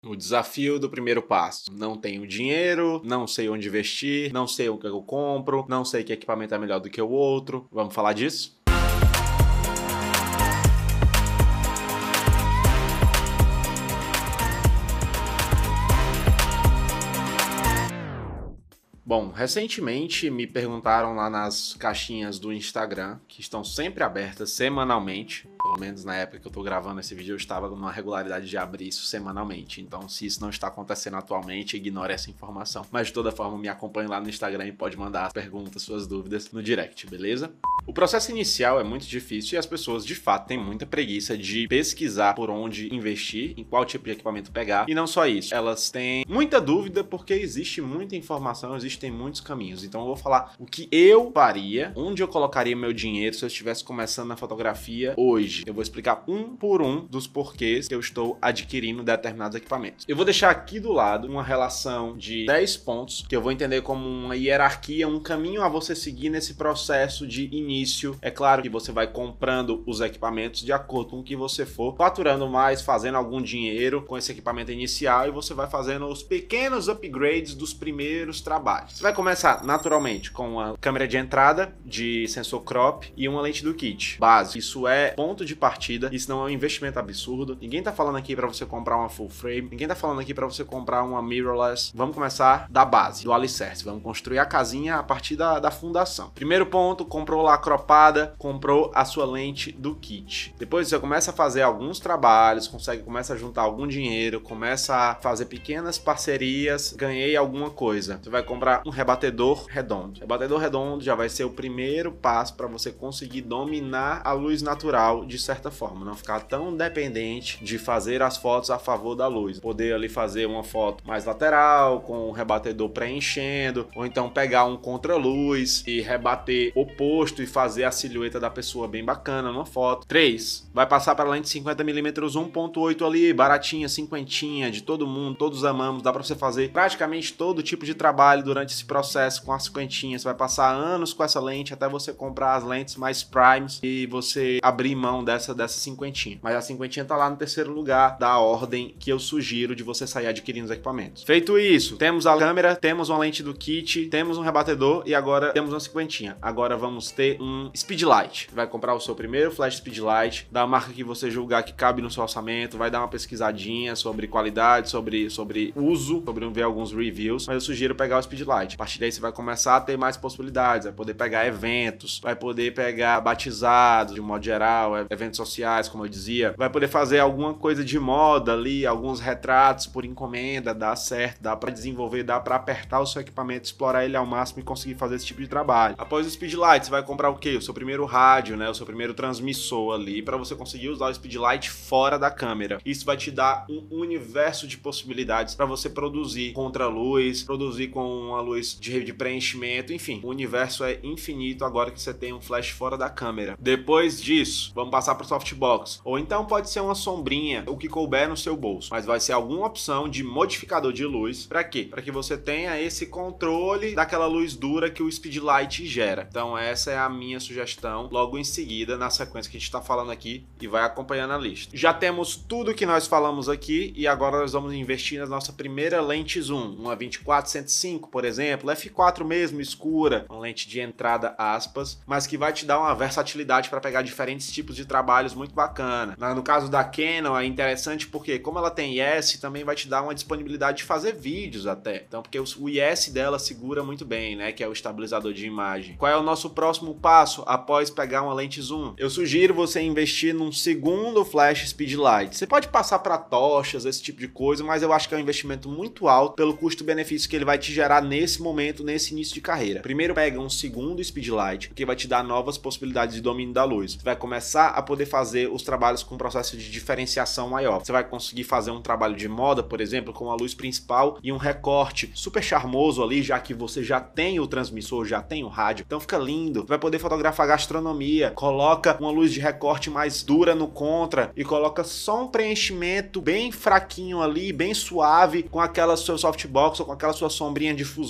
O desafio do primeiro passo. Não tenho dinheiro, não sei onde investir, não sei o que eu compro, não sei que equipamento é melhor do que o outro. Vamos falar disso? Bom, recentemente me perguntaram lá nas caixinhas do Instagram, que estão sempre abertas semanalmente, pelo menos na época que eu tô gravando esse vídeo eu estava numa regularidade de abrir isso semanalmente, então se isso não está acontecendo atualmente, ignore essa informação. Mas de toda forma me acompanhe lá no Instagram e pode mandar as perguntas, suas dúvidas no direct, beleza? O processo inicial é muito difícil e as pessoas de fato têm muita preguiça de pesquisar por onde investir, em qual tipo de equipamento pegar, e não só isso, elas têm muita dúvida porque existe muita informação, existem muitos caminhos. Então eu vou falar o que eu faria, onde eu colocaria meu dinheiro se eu estivesse começando na fotografia hoje. Eu vou explicar um por um dos porquês que eu estou adquirindo determinados equipamentos. Eu vou deixar aqui do lado uma relação de 10 pontos que eu vou entender como uma hierarquia, um caminho a você seguir nesse processo de início. É claro que você vai comprando os equipamentos de acordo com o que você for faturando mais, fazendo algum dinheiro com esse equipamento inicial e você vai fazendo os pequenos upgrades dos primeiros trabalhos. Você vai começar naturalmente com uma câmera de entrada de sensor crop e uma lente do kit básico. Isso é ponto de partida, isso não é um investimento absurdo. Ninguém tá falando aqui para você comprar uma full frame, ninguém tá falando aqui para você comprar uma mirrorless. Vamos começar da base, do alicerce. Vamos construir a casinha a partir da fundação. Primeiro ponto, comprou lá a cropada, comprou a sua lente do kit. Depois você começa a fazer alguns trabalhos, começa a juntar algum dinheiro, começa a fazer pequenas parcerias, ganhei alguma coisa. Você vai comprar um rebatedor redondo. Rebatedor redondo já vai ser o primeiro passo para você conseguir dominar a luz natural de certa forma, não ficar tão dependente de fazer as fotos a favor da luz. Poder ali fazer uma foto mais lateral, com o rebatedor preenchendo, ou então pegar um contra-luz e rebater oposto e fazer a silhueta da pessoa bem bacana numa foto. 3. Vai passar para a lente 50mm 1.8 ali, baratinha, cinquentinha, de todo mundo, todos amamos, dá para você fazer praticamente todo tipo de trabalho durante esse processo com a cinquentinha. Você vai passar anos com essa lente até você comprar as lentes mais primes e você abrir mão dessa cinquentinha. Mas a cinquentinha tá lá no terceiro lugar da ordem que eu sugiro de você sair adquirindo os equipamentos. Feito isso, temos a câmera, temos uma lente do kit, temos um rebatedor e agora temos uma cinquentinha. Agora vamos ter um speedlight. Vai comprar o seu primeiro flash speedlight da marca que você julgar que cabe no seu orçamento, vai dar uma pesquisadinha sobre qualidade, sobre uso, sobre ver alguns reviews, mas eu sugiro pegar o speedlight. A partir daí você vai começar a ter mais possibilidades, vai poder pegar eventos, vai poder pegar batizados de um modo geral, eventos sociais, como eu dizia, vai poder fazer alguma coisa de moda ali, alguns retratos por encomenda, dá certo, dá para desenvolver, dá para apertar o seu equipamento, explorar ele ao máximo e conseguir fazer esse tipo de trabalho. Após o speedlight, você vai comprar o quê? O seu primeiro rádio, né? O seu primeiro transmissor ali, para você conseguir usar o speedlight fora da câmera. Isso vai te dar um universo de possibilidades para você produzir contra-luz, produzir com uma luz de preenchimento, enfim, o universo é infinito agora que você tem um flash fora da câmera. Depois disso, vamos passar para o softbox, ou então pode ser uma sombrinha, o que couber no seu bolso, mas vai ser alguma opção de modificador de luz. Para quê? Para que você tenha esse controle daquela luz dura que o speedlight gera. Então essa é a minha sugestão, logo em seguida, na sequência que a gente está falando aqui, e vai acompanhando a lista. Já temos tudo que nós falamos aqui e agora nós vamos investir na nossa primeira lente zoom, uma 24-105, por exemplo, f4 mesmo, escura, uma lente de entrada aspas, mas que vai te dar uma versatilidade para pegar diferentes tipos de trabalhos muito bacana. No caso da Canon é interessante porque como ela tem IS, também vai te dar uma disponibilidade de fazer vídeos até. Então, porque o IS dela segura muito bem, né, que é o estabilizador de imagem. Qual é o nosso próximo passo após pegar uma lente zoom? Eu sugiro você investir num segundo flash speedlight. Você pode passar para tochas, esse tipo de coisa, mas eu acho que é um investimento muito alto pelo custo-benefício que ele vai te gerar nesse momento, nesse início de carreira. Primeiro pega um segundo speedlight, que vai te dar novas possibilidades de domínio da luz. Você vai começar a poder fazer os trabalhos com um processo de diferenciação maior. Você vai conseguir fazer um trabalho de moda, por exemplo, com a luz principal e um recorte super charmoso ali, já que você já tem o transmissor, já tem o rádio. Então fica lindo. Você vai poder fotografar gastronomia. Coloca uma luz de recorte mais dura no contra e coloca só um preenchimento bem fraquinho ali, bem suave, com aquela sua softbox ou com aquela sua sombrinha difusora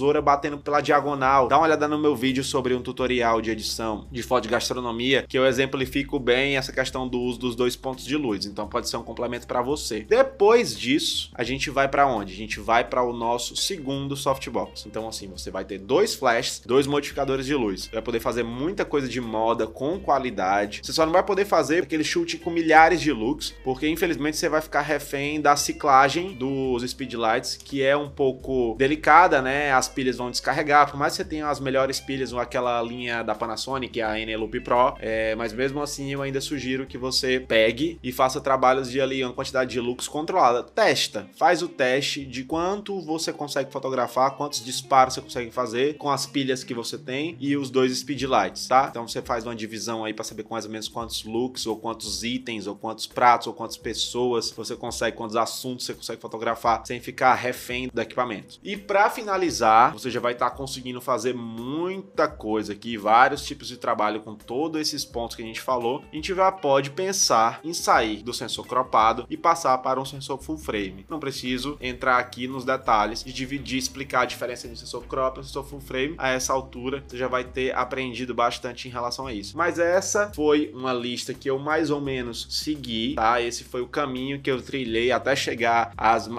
tesoura batendo pela diagonal. Dá uma olhada no meu vídeo sobre um tutorial de edição de foto de gastronomia, que eu exemplifico bem essa questão do uso dos 2 pontos de luz. Então pode ser um complemento para você. Depois disso, a gente vai para onde? A gente vai para o nosso segundo softbox. Então assim, você vai ter 2 flashes, 2 modificadores de luz. Você vai poder fazer muita coisa de moda com qualidade. Você só não vai poder fazer aquele shoot com milhares de looks, porque infelizmente você vai ficar refém da ciclagem dos speedlights, que é um pouco delicada, né? As pilhas vão descarregar, por mais que você tenha as melhores pilhas, ou aquela linha da Panasonic, a Eneloop Pro, mas mesmo assim eu ainda sugiro que você pegue e faça trabalhos de ali uma quantidade de looks controlada. Testa, faz o teste de quanto você consegue fotografar, quantos disparos você consegue fazer com as pilhas que você tem e os 2 speedlights, tá? Então você faz uma divisão aí para saber mais ou menos quantos looks, ou quantos itens, ou quantos pratos, ou quantas pessoas você consegue, quantos assuntos você consegue fotografar sem ficar refém do equipamento. E para finalizar, você já vai estar conseguindo fazer muita coisa aqui, vários tipos de trabalho com todos esses pontos que a gente falou. A gente já pode pensar em sair do sensor cropado e passar para um sensor full frame. Não preciso entrar aqui nos detalhes de dividir, explicar a diferença entre sensor crop e sensor full frame. A essa altura, você já vai ter aprendido bastante em relação a isso. Mas essa foi uma lista que eu mais ou menos segui, tá? Esse foi o caminho que eu trilhei até chegar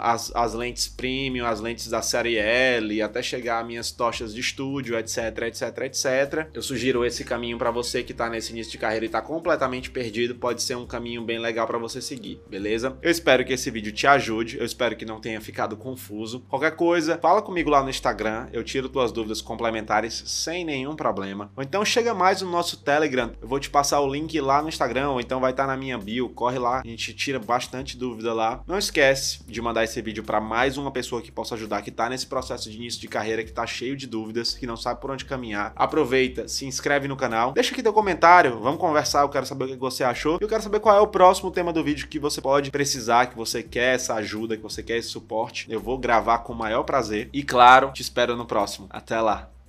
às lentes premium, as lentes da série L, até chegar às minhas tochas de estúdio, etc, etc, etc. Eu sugiro esse caminho para você que tá nesse início de carreira e tá completamente perdido, pode ser um caminho bem legal para você seguir, beleza? Eu espero que esse vídeo te ajude, eu espero que não tenha ficado confuso. Qualquer coisa, fala comigo lá no Instagram, eu tiro tuas dúvidas complementares sem nenhum problema. Ou então chega mais no nosso Telegram, eu vou te passar o link lá no Instagram, ou então vai estar na minha bio, corre lá, a gente tira bastante dúvida lá. Não esquece de mandar esse vídeo para mais uma pessoa que possa ajudar, que tá nesse processo de início de carreira, que tá cheio de dúvidas, que não sabe por onde caminhar. Aproveita, se inscreve no canal, deixa aqui teu comentário, vamos conversar, eu quero saber o que você achou, e eu quero saber qual é o próximo tema do vídeo que você pode precisar, que você quer essa ajuda, que você quer esse suporte. Eu vou gravar com o maior prazer, e claro, te espero no próximo. Até lá!